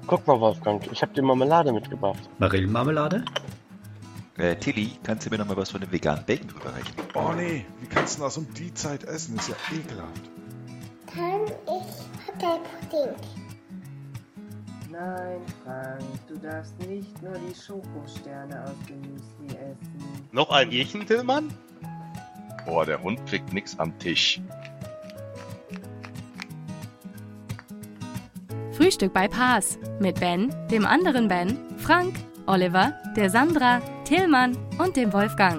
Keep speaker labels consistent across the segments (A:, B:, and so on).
A: Guck mal, Wolfgang, ich habe dir Marmelade mitgebracht.
B: Marillenmarmelade?
C: Tilly, kannst du mir noch mal was von dem veganen Bacon rüberreichen?
D: Oh nee, wie kannst du das um die Zeit essen? Ist ja ekelhaft.
E: Kann ich Hotelpudding?
F: Nein, Frank, du darfst nicht nur die Schokosterne aus dem Müsli essen.
G: Noch ein Jächen, Tillmann?
H: Boah, der Hund kriegt nix am Tisch.
I: Frühstück bei Paas mit Ben, dem anderen Ben, Frank, Oliver, der Sandra, Tillmann und dem Wolfgang.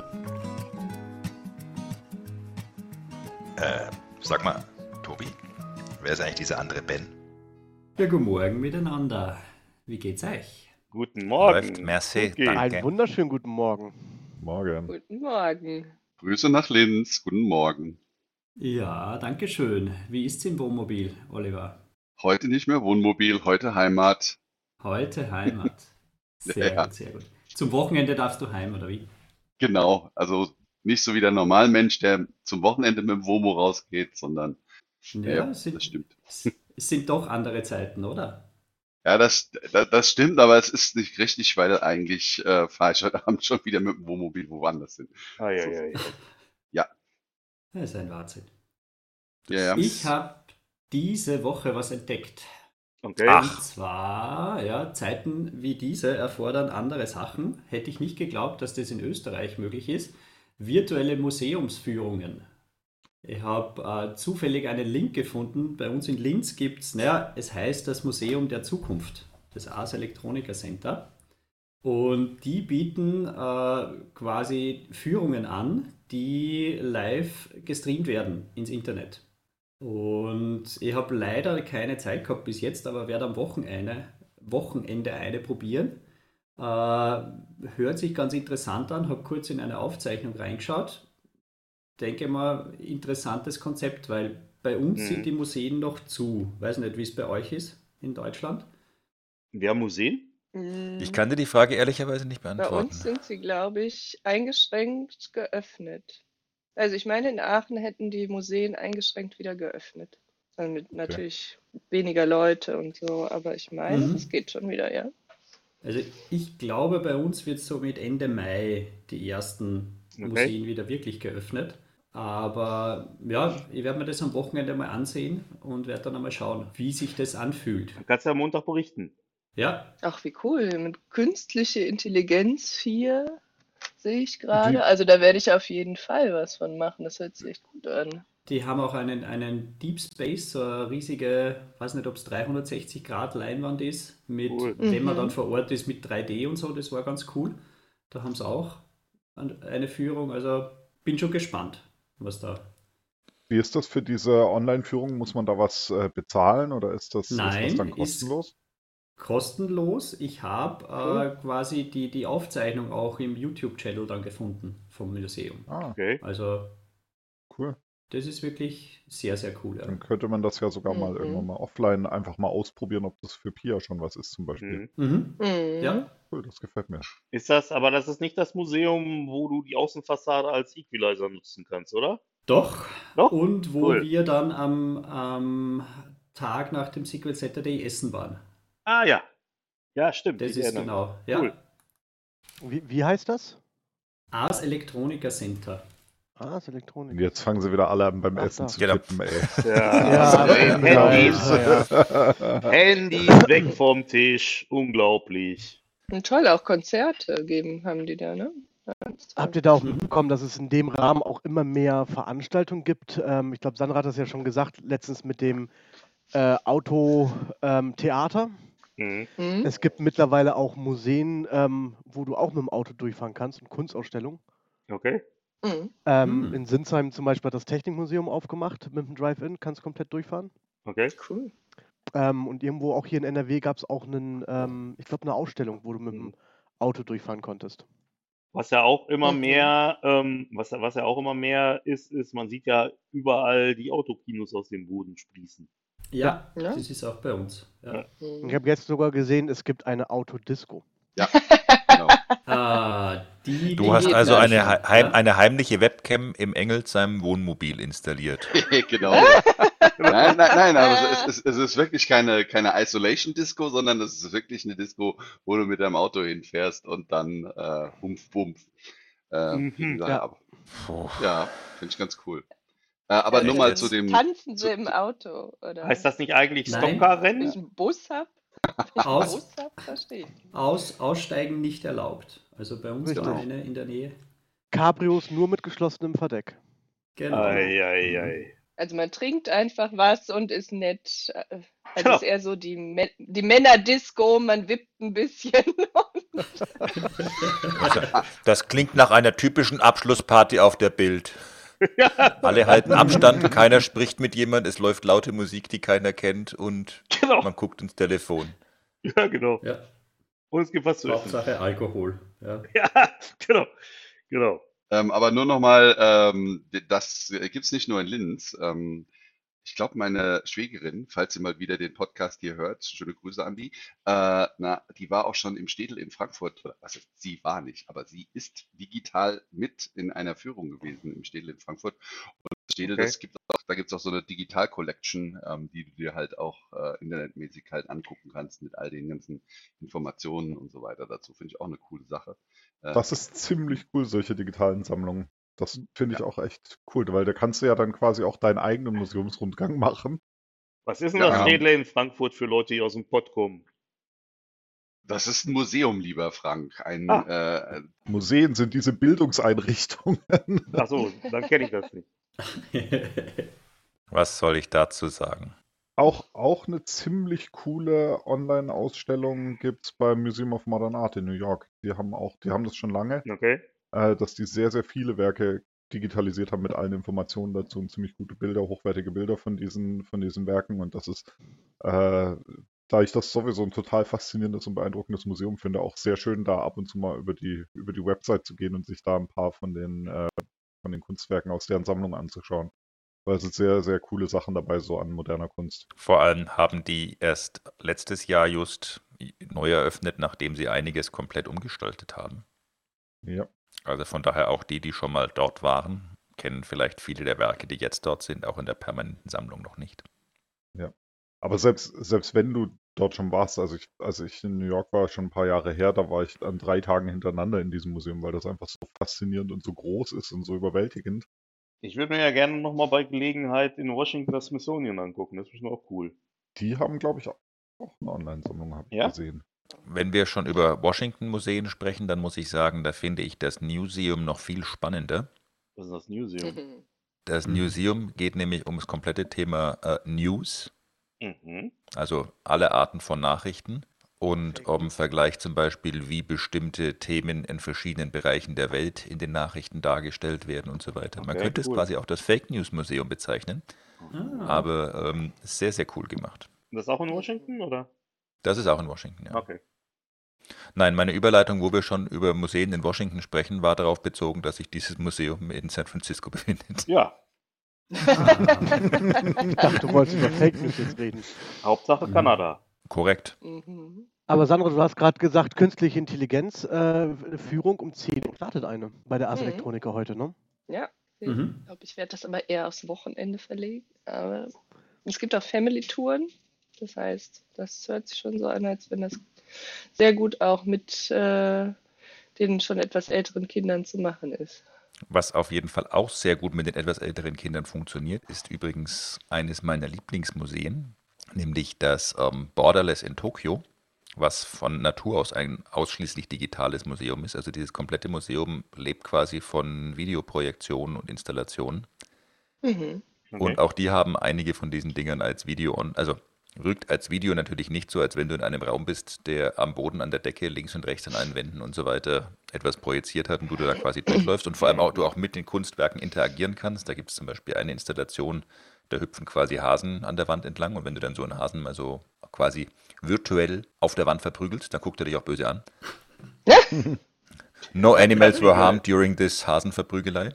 C: Sag mal, Tobi, wer ist eigentlich dieser andere Ben?
B: Ja, guten Morgen miteinander. Wie geht's euch?
G: Guten Morgen.
C: Läuft, merci,
G: Okay.
C: danke.
A: Einen wunderschönen guten Morgen.
D: Morgen.
F: Guten Morgen.
H: Grüße nach Linz, guten Morgen.
B: Ja, danke schön. Wie ist's im Wohnmobil, Oliver?
H: Heute nicht mehr Wohnmobil, heute Heimat.
B: Heute Heimat. Sehr
H: Ja.
B: gut, sehr gut. Zum Wochenende darfst du heim, oder wie?
H: Genau, also nicht so wie der Normalmensch, der zum Wochenende mit dem Womo rausgeht, sondern ja,
B: es
H: das stimmt.
B: es sind doch andere Zeiten, oder?
H: Ja, das stimmt, aber es ist nicht richtig, weil eigentlich fahre ich heute Abend schon wieder mit dem Wohnmobil woanders hin.
G: Eieiei.
B: Das ist ein Wahnsinn.
H: Ja.
B: Ich habe diese Woche was entdeckt.
G: Okay.
B: Und zwar, ja, Zeiten wie diese erfordern andere Sachen. Hätte ich nicht geglaubt, dass das in Österreich möglich ist. Virtuelle Museumsführungen. Ich habe zufällig einen Link gefunden. Bei uns in Linz gibt es, es heißt das Museum der Zukunft, das Ars Electronica Center. Und die bieten quasi Führungen an, die live gestreamt werden ins Internet. Und ich habe leider keine Zeit gehabt bis jetzt, aber werde am Wochenende eine probieren. Hört sich ganz interessant an, habe kurz in eine Aufzeichnung reingeschaut. Denke mal, interessantes Konzept, weil bei uns sind die Museen noch zu. Weiß nicht, wie es bei euch ist in Deutschland.
G: Wir haben Museen?
C: Ich kann dir die Frage ehrlicherweise nicht
F: Bei
C: beantworten.
F: uns sind sie, glaube ich, eingeschränkt geöffnet. Also ich meine, in Aachen hätten die Museen eingeschränkt wieder geöffnet. Also mit natürlich weniger Leute und so, aber ich meine, das geht schon wieder, ja.
B: Also ich glaube, bei uns wird so mit Ende Mai die ersten Museen wieder wirklich geöffnet. Aber ja, ich werde mir das am Wochenende mal ansehen und werde dann einmal schauen, wie sich das anfühlt.
G: Du kannst ja am Montag berichten.
B: Ja,
F: Ach, wie cool. Mit künstliche Intelligenz 4 sehe ich gerade. Also da werde ich auf jeden Fall was von machen. Das hört sich echt gut an.
B: die haben auch einen Deep Space, so eine riesige, weiß nicht, ob es 360 Grad Leinwand ist, mit,
G: Cool.
B: wenn man dann vor Ort ist, mit 3D und so, das war ganz cool. Da haben sie auch eine Führung, also bin schon gespannt, was da.
D: Wie ist das für diese Online-Führung? Muss man da was bezahlen oder ist das
B: Nein,
D: dann
B: ist
D: kostenlos?
B: Kostenlos. Ich habe quasi die Aufzeichnung auch im YouTube-Channel dann gefunden vom Museum.
D: Ah,
G: Okay.
B: Also
D: cool.
B: das ist wirklich sehr, sehr cool. Ja.
D: Dann könnte man das ja sogar mal irgendwann mal offline einfach mal ausprobieren, ob das für Pia schon was ist zum Beispiel.
G: Mhm.
B: Ja,
D: Cool, das gefällt mir.
G: Aber das ist nicht das Museum, wo du die Außenfassade als Equalizer nutzen kannst, oder?
B: doch.
G: Doch?
B: Und wo
G: Cool.
B: wir dann am Tag nach dem Secret Saturday essen waren.
G: Ah ja. Ja, stimmt.
B: Das
G: ich
B: ist
G: erinnere mich.
B: genau. Ja.
G: Cool.
A: Wie heißt das?
B: Ars Electronica Center.
A: Ah, das Elektronik.
D: Und jetzt fangen sie wieder alle an beim
A: Ach,
D: Essen
A: da.
D: zu
C: Genau.
D: tippen, ey.
G: Ja, Handys,
A: ja.
G: Handys weg vom Tisch. Unglaublich.
F: Und toll, auch Konzerte haben die da, ne?
A: Habt ihr da auch mitbekommen, dass es in dem Rahmen auch immer mehr Veranstaltungen gibt? Ich glaube, Sandra hat das ja schon gesagt, letztens mit dem Autotheater.
G: Mhm.
A: Es gibt mittlerweile auch Museen, wo du auch mit dem Auto durchfahren kannst und Kunstausstellungen.
G: Okay.
A: In Sinsheim zum Beispiel hat das Technikmuseum aufgemacht mit dem Drive-In, kannst komplett durchfahren.
G: Okay.
F: Cool.
A: Und irgendwo auch hier in NRW gab es auch eine Ausstellung, wo du mit dem Auto durchfahren konntest.
G: Was ja auch immer mehr, was ja auch immer mehr ist, man sieht ja überall die Autokinos aus dem Boden sprießen.
B: Ja,
F: Ja.
B: das ist auch bei uns. Ja.
A: Ich habe jetzt sogar gesehen, es gibt eine Autodisco.
H: Ja, genau.
C: Du hast also
B: geht
C: eine heimliche Webcam im Engelsheim Wohnmobil installiert.
H: Genau. Nein, aber es ist wirklich keine Isolation-Disco, sondern es ist wirklich eine Disco, wo du mit deinem Auto hinfährst und dann Humpf, Bumpf. Wie gesagt,
A: Ja.
H: aber, ja, finde ich ganz cool. Aber nur mal zu dem.
F: Tanzen Sie im Auto, oder?
G: Heißt das nicht eigentlich
B: Nein.
F: Wenn ich
G: Stockcar-Rennen?
F: einen Bus habe? Wenn ich einen
B: Aus-
F: Bus habe, verstehe ich.
B: Aussteigen nicht erlaubt. Also bei uns
A: Richtig.
B: war eine in der Nähe.
A: Cabrios nur mit geschlossenem Verdeck.
B: Genau.
G: Ei.
F: Also man trinkt einfach was und ist nett. Also
G: Genau.
F: ist eher so die Männer-Disco, man wippt ein bisschen.
J: Also, das klingt nach einer typischen Abschlussparty auf der Bild. Alle halten Abstand, keiner spricht mit jemand, es läuft laute Musik, die keiner kennt und
G: Genau.
J: man guckt ins Telefon.
G: Ja, genau.
B: Ja,
G: Und es gibt was zu essen.
B: Hauptsache Alkohol. Ja.
G: Ja, genau.
H: Aber nur nochmal, das gibt's nicht nur in Linz. Ich glaube, meine Schwägerin, falls sie mal wieder den Podcast hier hört, schöne Grüße an die, die war auch schon im Städel in Frankfurt, also sie war nicht, aber sie ist digital mit in einer Führung gewesen im Städel in Frankfurt. Und Städel,
G: Okay.
H: da gibt's auch so eine Digital-Collection, die du dir halt auch internetmäßig halt angucken kannst mit all den ganzen Informationen und so weiter dazu. Finde ich auch eine coole Sache.
D: Das ist ziemlich cool, solche digitalen Sammlungen. Das finde ich auch echt cool, weil da kannst du ja dann quasi auch deinen eigenen Museumsrundgang machen.
G: Was ist denn
H: Ja.
G: das Städle in Frankfurt für Leute, die aus dem Pott kommen?
H: Das ist ein Museum, lieber Frank.
D: Museen sind diese Bildungseinrichtungen.
G: Achso, dann kenne ich das nicht.
J: Was soll ich dazu sagen?
D: Auch eine ziemlich coole Online-Ausstellung gibt es beim Museum of Modern Art in New York. Die haben das schon lange,
G: Okay.
D: dass die sehr, sehr viele Werke digitalisiert haben mit allen Informationen dazu und ziemlich gute Bilder, hochwertige Bilder von diesen Werken. Und das ist, da ich das sowieso ein total faszinierendes und beeindruckendes Museum finde, auch sehr schön, da ab und zu mal über die Website zu gehen und sich da ein paar von den Kunstwerken aus deren Sammlung anzuschauen. Weil es sind sehr, sehr coole Sachen dabei, so an moderner Kunst.
J: Vor allem haben die erst letztes Jahr just neu eröffnet, nachdem sie einiges komplett umgestaltet haben.
D: Ja.
J: Also von daher auch die schon mal dort waren, kennen vielleicht viele der Werke, die jetzt dort sind, auch in der permanenten Sammlung noch nicht.
D: Aber selbst wenn du dort schon warst, als ich in New York war, schon ein paar Jahre her, da war ich an 3 Tagen hintereinander in diesem Museum, weil das einfach so faszinierend und so groß ist und so überwältigend.
G: Ich würde mir ja gerne nochmal bei Gelegenheit in Washington das Smithsonian angucken. Das ist bestimmt auch cool.
D: Die haben, glaube ich, auch eine Online-Sammlung, habe ich
G: Ja?
D: gesehen.
J: Wenn wir schon über Washington-Museen sprechen, dann muss ich sagen, da finde ich das Newseum noch viel spannender.
G: Was ist das Museum?
J: Das Newseum geht nämlich um das komplette Thema News,
G: Mhm.
J: also alle Arten von Nachrichten und im Vergleich zum Beispiel, wie bestimmte Themen in verschiedenen Bereichen der Welt in den Nachrichten dargestellt werden und so weiter. Man
G: Okay,
J: könnte es
G: cool.
J: quasi auch das Fake News Museum bezeichnen, aber sehr, sehr cool gemacht.
G: Das ist auch in Washington, oder?
J: Das ist auch in Washington, ja.
G: Okay.
J: Nein, meine Überleitung, wo wir schon über Museen in Washington sprechen, war darauf bezogen, dass sich dieses Museum in San Francisco befindet.
G: Ja,
A: Ich dachte, du wolltest über Fake News jetzt reden.
G: Hauptsache Kanada.
J: Korrekt.
F: Mhm.
A: Aber Sandra, du hast gerade gesagt, künstliche Intelligenz, Führung um 10 Uhr startet eine bei der Ars
F: Mhm.
A: Electronica heute, ne?
F: Ja, ich
B: Mhm.
F: glaube, ich werde das aber eher aufs Wochenende verlegen. Aber es gibt auch Family-Touren. Das heißt, das hört sich schon so an, als wenn das sehr gut auch mit den schon etwas älteren Kindern zu machen ist.
J: Was auf jeden Fall auch sehr gut mit den etwas älteren Kindern funktioniert, ist übrigens eines meiner Lieblingsmuseen, nämlich das Borderless in Tokio, was von Natur aus ein ausschließlich digitales Museum ist. Also dieses komplette Museum lebt quasi von Videoprojektionen und Installationen.
F: Mhm.
G: Okay.
J: Und auch die haben einige von diesen Dingern als Video, also rückt als Video natürlich nicht so, als wenn du in einem Raum bist, der am Boden, an der Decke, links und rechts an allen Wänden und so weiter etwas projiziert hat und du da quasi durchläufst und vor allem auch du auch mit den Kunstwerken interagieren kannst. Da gibt es zum Beispiel eine Installation, da hüpfen quasi Hasen an der Wand entlang und wenn du dann so einen Hasen mal so quasi virtuell auf der Wand verprügelst, dann guckt er dich auch böse an. No animals were harmed during this Hasenverprügelei.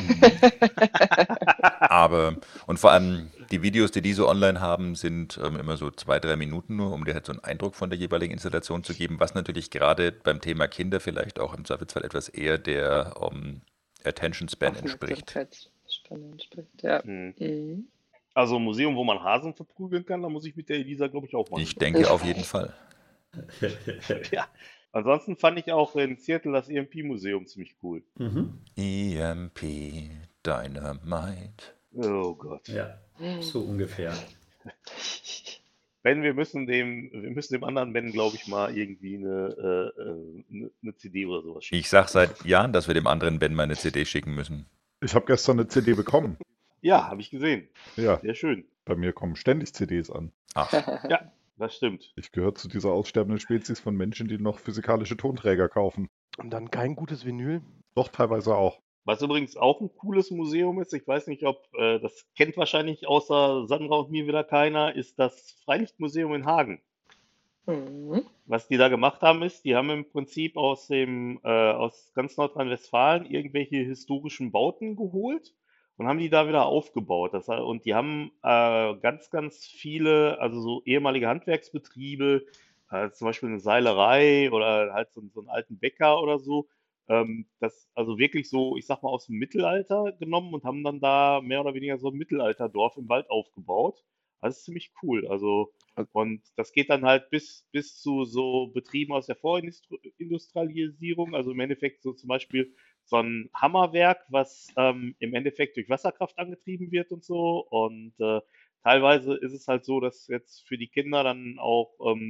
J: Aber, und vor allem die Videos, die so online haben, sind immer so 2-3 Minuten nur, um dir halt so einen Eindruck von der jeweiligen Installation zu geben, was natürlich gerade beim Thema Kinder vielleicht auch im Zweifelsfall etwas eher der Attention Span entspricht.
F: Aufmerksamkeitsspanne entspricht, ja.
G: Mhm.
F: Mhm.
G: Also ein Museum, wo man Hasen verprügeln kann, da muss ich mit der Elisa, glaube ich, auch mal
J: Ich
G: hin.
J: denke auf jeden Fall.
G: Ja. Ansonsten fand ich auch in Seattle das EMP-Museum ziemlich cool.
J: EMP Dynamite.
G: Oh Gott.
B: Ja, so ungefähr.
G: Ben, wir müssen dem anderen Ben, glaube ich, mal irgendwie eine CD oder sowas schicken.
J: Ich sag seit Jahren, dass wir dem anderen Ben meine CD schicken müssen.
D: Ich habe gestern eine CD bekommen.
G: Ja, habe ich gesehen.
D: Ja,
G: Sehr schön.
D: bei mir kommen ständig CDs an.
J: Ach,
G: Ja, das stimmt.
D: Ich gehöre zu dieser aussterbenden Spezies von Menschen, die noch physikalische Tonträger kaufen.
A: Und dann kein gutes Vinyl.
D: Doch teilweise auch.
G: Was übrigens auch ein cooles Museum ist, ich weiß nicht, ob das kennt wahrscheinlich außer Sandra und mir wieder keiner, ist das Freilichtmuseum in Hagen.
F: Mhm.
G: Was die da gemacht haben, ist, die haben im Prinzip aus ganz Nordrhein-Westfalen irgendwelche historischen Bauten geholt und haben die da wieder aufgebaut. Und die haben ganz, ganz viele, also so ehemalige Handwerksbetriebe, zum Beispiel eine Seilerei oder halt so einen alten Bäcker oder so, das also wirklich so, ich sag mal, aus dem Mittelalter genommen und haben dann da mehr oder weniger so ein Mittelalterdorf im Wald aufgebaut. Das ist ziemlich cool. Also, und das geht dann halt bis zu so Betrieben aus der Vorindustrialisierung, also im Endeffekt so zum Beispiel so ein Hammerwerk, was im Endeffekt durch Wasserkraft angetrieben wird und so. Und teilweise ist es halt so, dass jetzt für die Kinder dann auch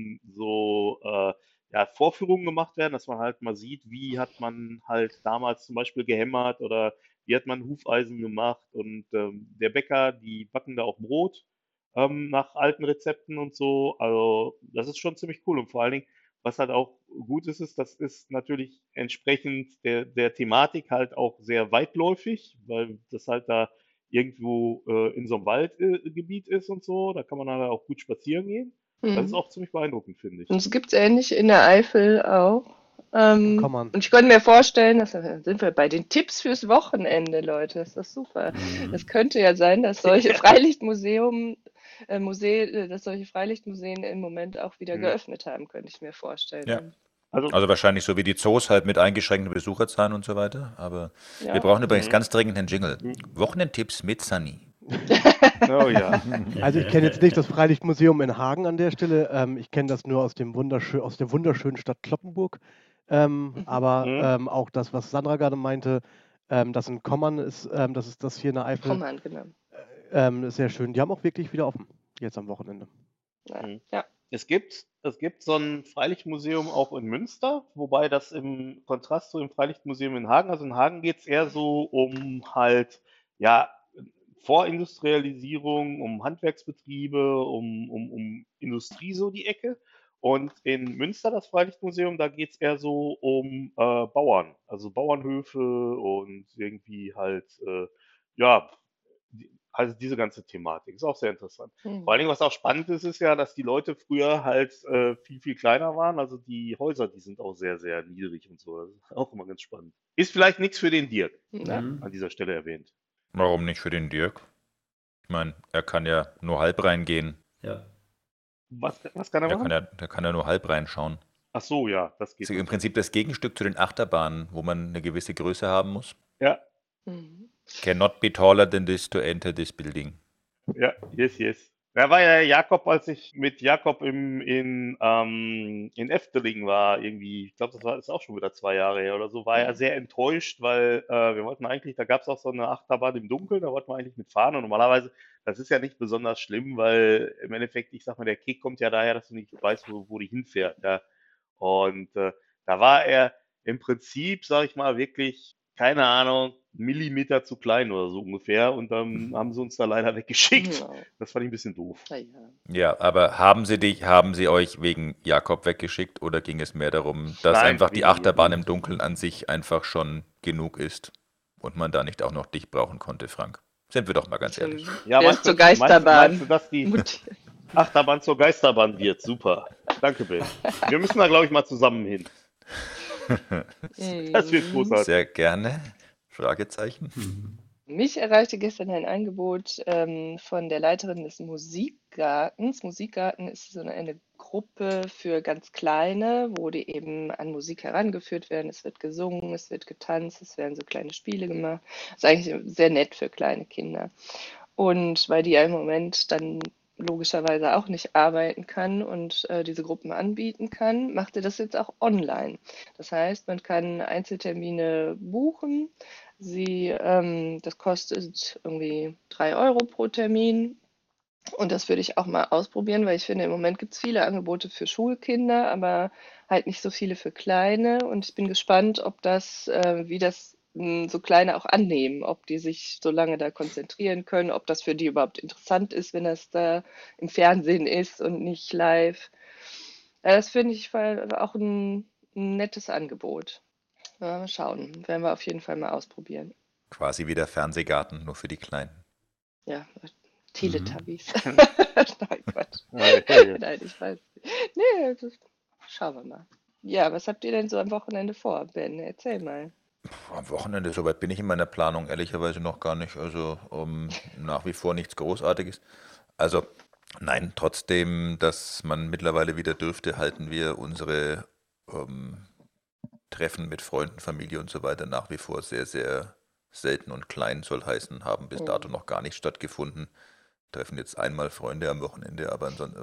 G: ja, Vorführungen gemacht werden, dass man halt mal sieht, wie hat man halt damals zum Beispiel gehämmert oder wie hat man Hufeisen gemacht. Und der Bäcker, die backen da auch Brot nach alten Rezepten und so. Also das ist schon ziemlich cool. Und vor allen Dingen, was halt auch gut ist, das ist natürlich entsprechend der Thematik halt auch sehr weitläufig, weil das halt da irgendwo in so einem Waldgebiet ist und so. Da kann man halt auch gut spazieren gehen. Das ist
F: Mhm.
G: auch ziemlich beeindruckend, finde ich.
F: Und es gibt es ähnlich in der Eifel auch.
A: Kann man.
F: Und ich könnte mir vorstellen, sind wir bei den Tipps fürs Wochenende, Leute. Das ist super. Es könnte ja sein, dass solche dass solche Freilichtmuseen im Moment auch wieder
G: Mhm.
F: geöffnet haben, könnte ich mir vorstellen.
J: Ja.
G: Also,
J: Also wahrscheinlich so wie die Zoos halt mit eingeschränkten Besucherzahlen und so weiter. Aber wir
F: Ja.
J: brauchen übrigens
G: Mhm.
J: ganz dringend einen Jingle.
G: Mhm.
J: Wochenendtipps mit Sunny.
G: oh ja.
A: Also ich kenne jetzt nicht das Freilichtmuseum in Hagen an der Stelle. Ich kenne das nur aus der wunderschönen Stadt Cloppenburg. Aber
G: Mhm.
A: auch das, was Sandra gerade meinte, das in Kommern ist, das ist das hier in der Eifel,
F: Kommand, genau.
A: ist sehr schön. Die haben auch wirklich wieder offen, jetzt am Wochenende.
F: Ja.
G: Mhm.
F: Ja.
G: Es gibt so ein Freilichtmuseum auch in Münster, wobei das im Kontrast zu dem Freilichtmuseum in Hagen, also in Hagen geht es eher so um halt, ja, Vorindustrialisierung, um Handwerksbetriebe, um Industrie so die Ecke. Und in Münster, das Freilichtmuseum, da geht es eher so um Bauern, also Bauernhöfe und irgendwie halt, ja, also diese ganze Thematik ist auch sehr interessant. Vor allen
F: Mhm.
G: Dingen, was auch spannend ist, ist ja, dass die Leute früher halt viel, viel kleiner waren. Also die Häuser, die sind auch sehr, sehr niedrig und so. Das ist auch immer ganz spannend. Ist vielleicht nichts für den Dirk,
F: Ja.
G: an dieser Stelle erwähnt.
J: Warum nicht für den Dirk? Ich meine, er kann ja nur halb reingehen.
B: Ja.
G: Was kann er machen?
J: Der kann ja nur halb reinschauen.
G: Ach so, ja, das geht.
J: Das ist im Prinzip das Gegenstück zu den Achterbahnen, wo man eine gewisse Größe haben muss.
G: Ja,
F: Mhm.
J: Cannot be taller than this to enter this building.
G: ja, yes. Da war ja Jakob, als ich mit Jakob in Efteling war, irgendwie, ich glaube, ist auch schon wieder 2 Jahre her oder so, war er sehr enttäuscht, weil wir wollten eigentlich, da gab es auch so eine Achterbahn im Dunkeln, da wollten wir eigentlich mitfahren und normalerweise, das ist ja nicht besonders schlimm, weil im Endeffekt, ich sag mal, der Kick kommt ja daher, dass du nicht weißt, wo die hinfährt, ja. Und da war er im Prinzip, sag ich mal, wirklich, keine Ahnung, Millimeter zu klein oder so ungefähr und dann haben sie uns da leider weggeschickt.
F: Ja.
G: Das fand ich ein bisschen doof.
F: Ja.
J: Ja, aber haben sie euch wegen Jakob weggeschickt oder ging es mehr darum, dass
G: Nein,
J: einfach die
G: wegen
J: Achterbahn
G: Jakob.
J: im Dunkeln an sich einfach schon genug ist und man da nicht auch noch dich brauchen konnte, Frank? Sind wir doch mal ganz ehrlich.
G: Ja,
F: Der ist zur Geisterbahn.
G: Meinst du, dass die Achterbahn zur Geisterbahn wird? Super. Danke, Ben. Wir müssen da, glaube ich, mal zusammen hin. Das wird großartig.
J: Sehr gerne. Fragezeichen.
F: Mich erreichte gestern ein Angebot von der Leiterin des Musikgartens. Musikgarten ist so eine Gruppe für ganz Kleine, wo die eben an Musik herangeführt werden. Es wird gesungen, es wird getanzt, es werden so kleine Spiele gemacht. Das ist eigentlich sehr nett für kleine Kinder. Und weil die ja im Moment dann logischerweise auch nicht arbeiten kann und diese Gruppen anbieten kann, macht er das jetzt auch online. Das heißt, man kann Einzeltermine buchen. Das kostet irgendwie 3 Euro pro Termin. Und das würde ich auch mal ausprobieren, weil ich finde, im Moment gibt es viele Angebote für Schulkinder, aber halt nicht so viele für Kleine. Und ich bin gespannt, wie das so Kleine auch annehmen, ob die sich so lange da konzentrieren können, ob das für die überhaupt interessant ist, wenn das da im Fernsehen ist und nicht live. Das finde ich auch ein nettes Angebot. Ja, mal schauen, werden wir auf jeden Fall mal ausprobieren.
J: Quasi wie der Fernsehgarten, nur für die Kleinen.
F: Ja, Teletubbies.
G: Mhm.
F: Nein, Quatsch. Nein, ich weiß nicht. Nee, schauen wir mal. Ja, was habt ihr denn so am Wochenende vor, Ben? Erzähl mal.
J: Am Wochenende, soweit bin ich in meiner Planung ehrlicherweise noch gar nicht. Also nach wie vor nichts Großartiges. Also nein, trotzdem, dass man mittlerweile wieder dürfte, halten wir unsere Treffen mit Freunden, Familie und so weiter nach wie vor sehr, sehr selten und klein, soll heißen, haben bis dato noch gar nicht stattgefunden. Treffen jetzt einmal Freunde am Wochenende, aber ansonsten,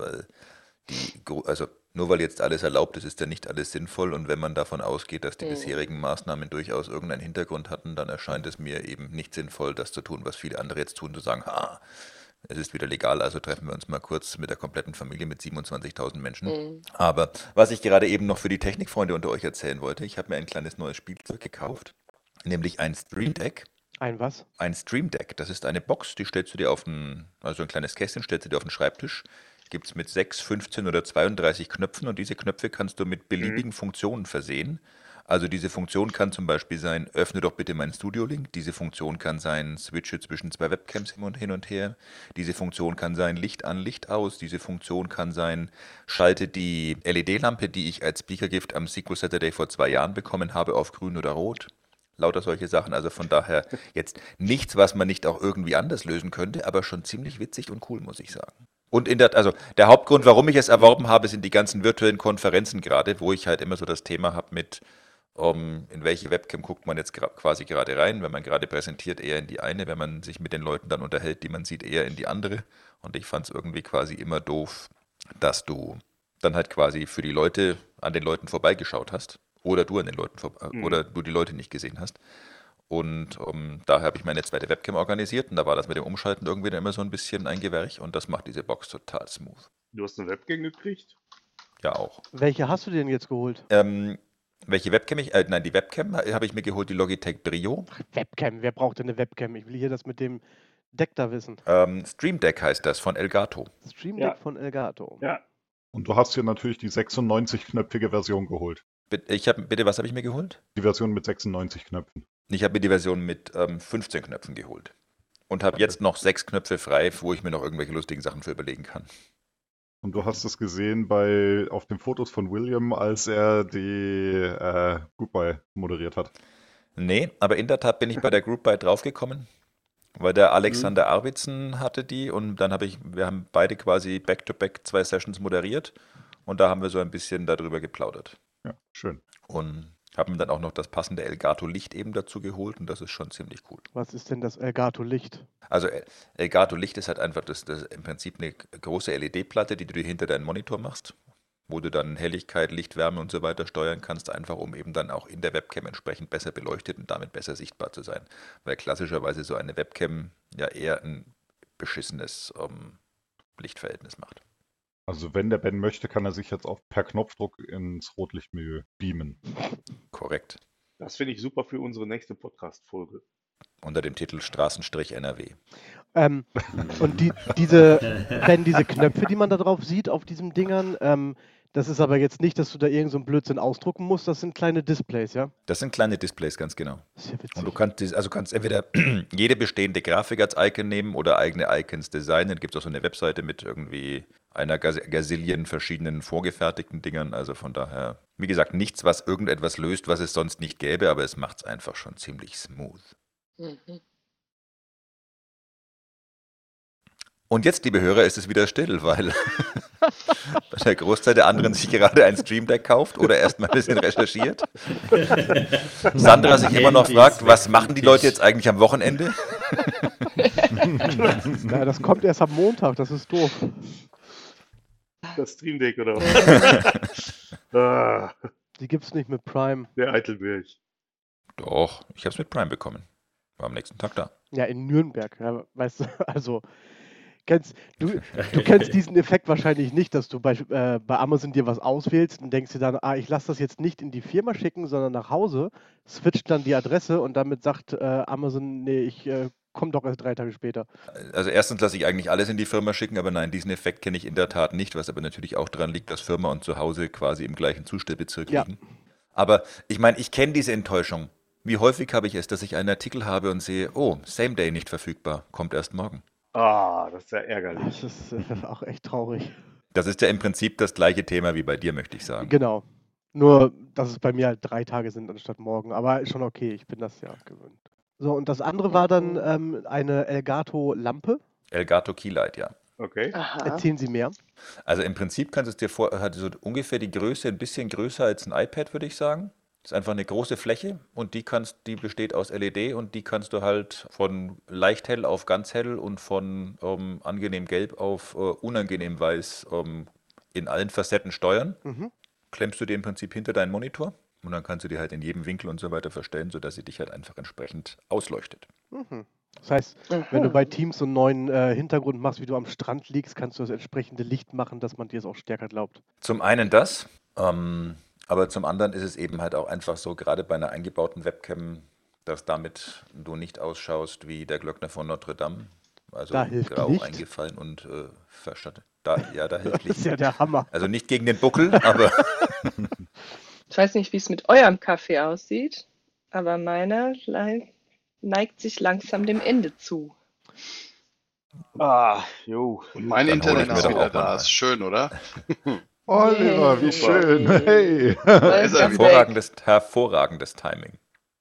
J: also nur weil jetzt alles erlaubt ist, ist ja nicht alles sinnvoll, und wenn man davon ausgeht, dass die bisherigen Maßnahmen durchaus irgendeinen Hintergrund hatten, dann erscheint es mir eben nicht sinnvoll, das zu tun, was viele andere jetzt tun, zu sagen, es ist wieder legal, also treffen wir uns mal kurz mit der kompletten Familie mit 27.000 Menschen. Aber was ich gerade eben noch für die Technikfreunde unter euch erzählen wollte, ich habe mir ein kleines neues Spielzeug gekauft, nämlich ein Stream Deck.
A: Ein was?
J: Ein Stream Deck, das ist eine Box, die stellst du dir also ein kleines Kästchen, stellst du dir auf den Schreibtisch. Gibt es mit 6, 15 oder 32 Knöpfen, und diese Knöpfe kannst du mit beliebigen Funktionen versehen. Also diese Funktion kann zum Beispiel sein, öffne doch bitte meinen Studio-Link. Diese Funktion kann sein, switche zwischen 2 Webcams hin und her. Diese Funktion kann sein, Licht an, Licht aus. Diese Funktion kann sein, schalte die LED-Lampe, die ich als Speaker-Gift am Sequel Saturday vor 2 Jahren bekommen habe, auf grün oder rot. Lauter solche Sachen. Also von daher jetzt nichts, was man nicht auch irgendwie anders lösen könnte, aber schon ziemlich witzig und cool, muss ich sagen. Und der Hauptgrund, warum ich es erworben habe, sind die ganzen virtuellen Konferenzen gerade, wo ich halt immer so das Thema habe mit, in welche Webcam guckt man jetzt quasi gerade rein. Wenn man gerade präsentiert, eher in die eine, wenn man sich mit den Leuten dann unterhält, die man sieht, eher in die andere. Und ich fand es irgendwie quasi immer doof, dass du dann halt quasi für die Leute an den Leuten vorbeigeschaut hast. Oder du an den Leuten oder du die Leute nicht gesehen hast. Und daher habe ich meine zweite Webcam organisiert, und da war das mit dem Umschalten irgendwie dann immer so ein bisschen ein Gewerch, und das macht diese Box total smooth.
G: Du hast eine Webcam gekriegt?
J: Ja, auch.
A: Welche hast du denn jetzt geholt?
J: Welche Webcam die Webcam habe ich mir geholt, die Logitech Brio.
A: Webcam, wer braucht denn eine Webcam? Ich will hier das mit dem Deck da wissen.
J: Stream Deck heißt das, von Elgato.
A: Stream Deck von Elgato.
G: Ja.
D: Und du hast hier natürlich die 96-knöpfige Version geholt.
J: Bitte, was habe ich mir geholt?
D: Die Version mit 96 Knöpfen.
J: Ich habe mir die Version mit 15 Knöpfen geholt. Und habe jetzt noch 6 Knöpfe frei, wo ich mir noch irgendwelche lustigen Sachen für überlegen kann.
D: Und du hast es gesehen auf den Fotos von William, als er die Goodbye moderiert hat. Nee,
J: aber in der Tat bin ich bei der Goodbye draufgekommen, weil der Alexander Arvidsson hatte die, und dann wir haben beide quasi back-to-back 2 Sessions moderiert, und da haben wir so ein bisschen darüber geplaudert.
D: Ja, schön.
J: Und haben dann auch noch das passende Elgato-Licht eben dazu geholt, und das ist schon ziemlich cool.
A: Was ist denn das Elgato-Licht?
J: Also Elgato-Licht ist halt einfach das im Prinzip eine große LED-Platte, die du dir hinter deinen Monitor machst, wo du dann Helligkeit, Licht, Wärme und so weiter steuern kannst, einfach um eben dann auch in der Webcam entsprechend besser beleuchtet und damit besser sichtbar zu sein. Weil klassischerweise so eine Webcam ja eher ein beschissenes Lichtverhältnis macht.
D: Also wenn der Ben möchte, kann er sich jetzt auch per Knopfdruck ins Rotlichtmilieu beamen.
J: Korrekt.
G: Das finde ich super für unsere nächste Podcast-Folge.
J: Unter dem Titel Straßenstrich NRW.
A: Und diese Knöpfe, die man da drauf sieht auf diesen Dingern, das ist aber jetzt nicht, dass du da irgend so einen Blödsinn ausdrucken musst, das sind kleine Displays, ja?
J: Das sind kleine Displays, ganz genau.
A: Das ist ja witzig.
J: Und du kannst entweder jede bestehende Grafik als Icon nehmen oder eigene Icons designen. Dann gibt es auch so eine Webseite mit irgendwie einer Gazillion verschiedenen vorgefertigten Dingern. Also von daher, wie gesagt, nichts, was irgendetwas löst, was es sonst nicht gäbe, aber es macht es einfach schon ziemlich smooth.
F: Mhm.
J: Und jetzt, liebe Hörer, ist es wieder still, weil der Großteil der anderen sich gerade ein Stream Deck kauft oder erstmal ein bisschen recherchiert. Sandra sich immer noch fragt, was machen die Leute jetzt eigentlich am Wochenende?
A: Ja, das kommt erst am Montag, das ist doof.
G: Das Stream Deck oder was?
A: Die gibt's nicht mit Prime.
G: Der Eitelberg.
J: Doch, ich habe es mit Prime bekommen. War am nächsten Tag da.
A: Ja, in Nürnberg. Ja, weißt du, also du kennst diesen Effekt wahrscheinlich nicht, dass du bei Amazon dir was auswählst und denkst dir dann, ich lasse das jetzt nicht in die Firma schicken, sondern nach Hause, switcht dann die Adresse und damit sagt Amazon, nee, ich komme doch erst 3 Tage später.
J: Also erstens lasse ich eigentlich alles in die Firma schicken, aber nein, diesen Effekt kenne ich in der Tat nicht, was aber natürlich auch daran liegt, dass Firma und Zuhause quasi im gleichen Zustellbezirk liegen. Aber ich meine, ich kenne diese Enttäuschung. Wie häufig habe ich es, dass ich einen Artikel habe und sehe, oh, Same Day nicht verfügbar, kommt erst morgen.
G: Das ist ja ärgerlich.
A: Das ist auch echt traurig.
J: Das ist ja im Prinzip das gleiche Thema wie bei dir, möchte ich sagen.
A: Genau. Nur, dass es bei mir halt 3 Tage sind anstatt morgen. Aber ist schon okay, ich bin das ja gewöhnt. So, und das andere war dann eine Elgato-Lampe.
J: Elgato Keylight, ja.
G: Okay.
F: Aha.
A: Erzählen Sie mehr.
J: Also im Prinzip kannst du es dir hat so ungefähr die Größe, ein bisschen größer als ein iPad, würde ich sagen. Das ist einfach eine große Fläche und die besteht aus LED und die kannst du halt von leicht hell auf ganz hell und von angenehm gelb auf unangenehm weiß in allen Facetten steuern. Klemmst du dir im Prinzip hinter deinen Monitor und dann kannst du die halt in jedem Winkel und so weiter verstellen, sodass sie dich halt einfach entsprechend ausleuchtet.
A: Das heißt, wenn du bei Teams so einen neuen Hintergrund machst, wie du am Strand liegst, kannst du das entsprechende Licht machen, dass man dir es auch stärker glaubt.
J: Zum einen das, aber zum anderen ist es eben halt auch einfach so, gerade bei einer eingebauten Webcam, dass damit du nicht ausschaust wie der Glöckner von Notre Dame. Also
A: Da hilft
J: grau
A: Licht.
J: eingefallen und verstattet. Da hilft
A: Das
J: Licht.
A: ist ja der Hammer.
J: Also nicht gegen den Buckel, aber
F: Ich weiß nicht, wie es mit eurem Kaffee aussieht, aber meiner neigt sich langsam dem Ende zu.
G: Jo.
H: Und mein
J: Dann hol ich
H: Internet
J: mir
H: ist
J: doch
H: wieder
J: auch mal
H: da.
J: einen.
H: Ist schön, oder?
D: Oliver, wie
F: Super.
D: schön. Hey.
H: Da ist er wieder.
J: hervorragendes Timing.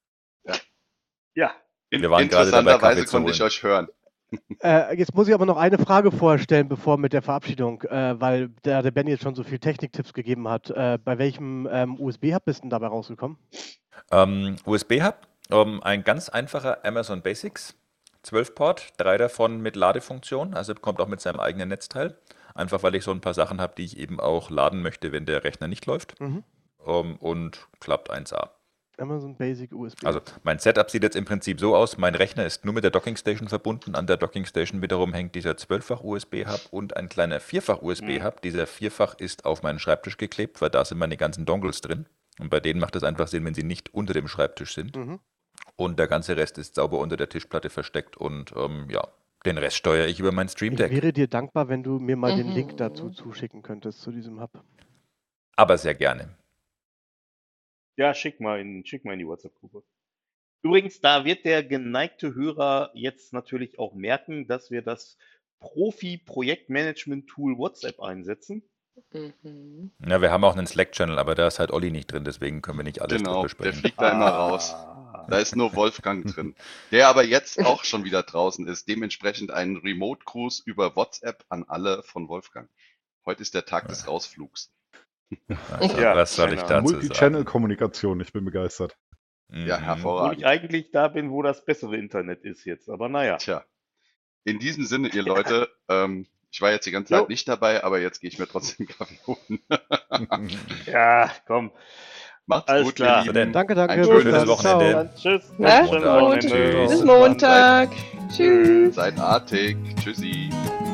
G: Ja.
J: Wir waren gerade dabei,
H: Interessanterweise
J: Kaffee zu
H: konnte ich
J: holen.
H: euch hören.
A: Jetzt muss ich aber noch eine Frage vorher stellen, bevor mit der Verabschiedung, weil der Ben jetzt schon so viel Techniktipps gegeben hat. Bei welchem USB-Hub bist du denn dabei rausgekommen?
J: USB-Hub, ein ganz einfacher Amazon Basics, 12-Port, 3 davon mit Ladefunktion, also kommt auch mit seinem eigenen Netzteil. Einfach weil ich so ein paar Sachen habe, die ich eben auch laden möchte, wenn der Rechner nicht läuft. Und klappt 1A.
A: Amazon Basic USB.
J: Also mein Setup sieht jetzt im Prinzip so aus, mein Rechner ist nur mit der Dockingstation verbunden, an der Dockingstation wiederum hängt dieser 12-fach USB-Hub und ein kleiner 4-fach USB-Hub. Dieser 4-fach ist auf meinen Schreibtisch geklebt, weil da sind meine ganzen Dongles drin. Und bei denen macht es einfach Sinn, wenn sie nicht unter dem Schreibtisch sind. Und der ganze Rest ist sauber unter der Tischplatte versteckt und den Rest steuere ich über mein Stream
A: Ich
J: Deck.
A: wäre dir dankbar, wenn du mir mal den Link dazu zuschicken könntest, zu diesem Hub.
J: Aber sehr gerne.
G: Ja, schick mal in die WhatsApp-Gruppe. Übrigens, da wird der geneigte Hörer jetzt natürlich auch merken, dass wir das Profi-Projektmanagement-Tool WhatsApp einsetzen.
J: Ja, wir haben auch einen Slack-Channel, aber da ist halt Olli nicht drin, deswegen können wir nicht alles
H: Genau,
J: drüber
H: der
J: sprechen.
H: fliegt da immer raus. Da ist nur Wolfgang drin, der aber jetzt auch schon wieder draußen ist. Dementsprechend ein Remote-Gruß über WhatsApp an alle von Wolfgang. Heute ist der Tag des Rausflugs.
J: Also,
G: Ja,
J: was soll ich
G: genau.
J: dazu sagen?
D: Multichannel-Kommunikation, ich bin begeistert.
H: Ja,
G: Wo
H: hervorragend.
G: ich eigentlich da bin, wo das bessere Internet ist jetzt. Aber naja.
H: Tja, in diesem Sinne, ihr Leute, ich war jetzt die ganze Zeit nicht dabei, aber jetzt gehe ich mir trotzdem Kaffee holen.
G: Ja, komm.
H: Macht's
G: Alles
H: gut,
G: klar.
H: ihr Lieben.
A: Danke,
H: Ein
A: bis
H: schönes
A: dann.
J: Wochenende.
A: Ciao.
G: Dann tschüss.
F: Macht's
G: Schönes
F: gut.
G: Wochenende.
F: Bis Montag. Tschüss.
H: Seid artig. Tschüssi.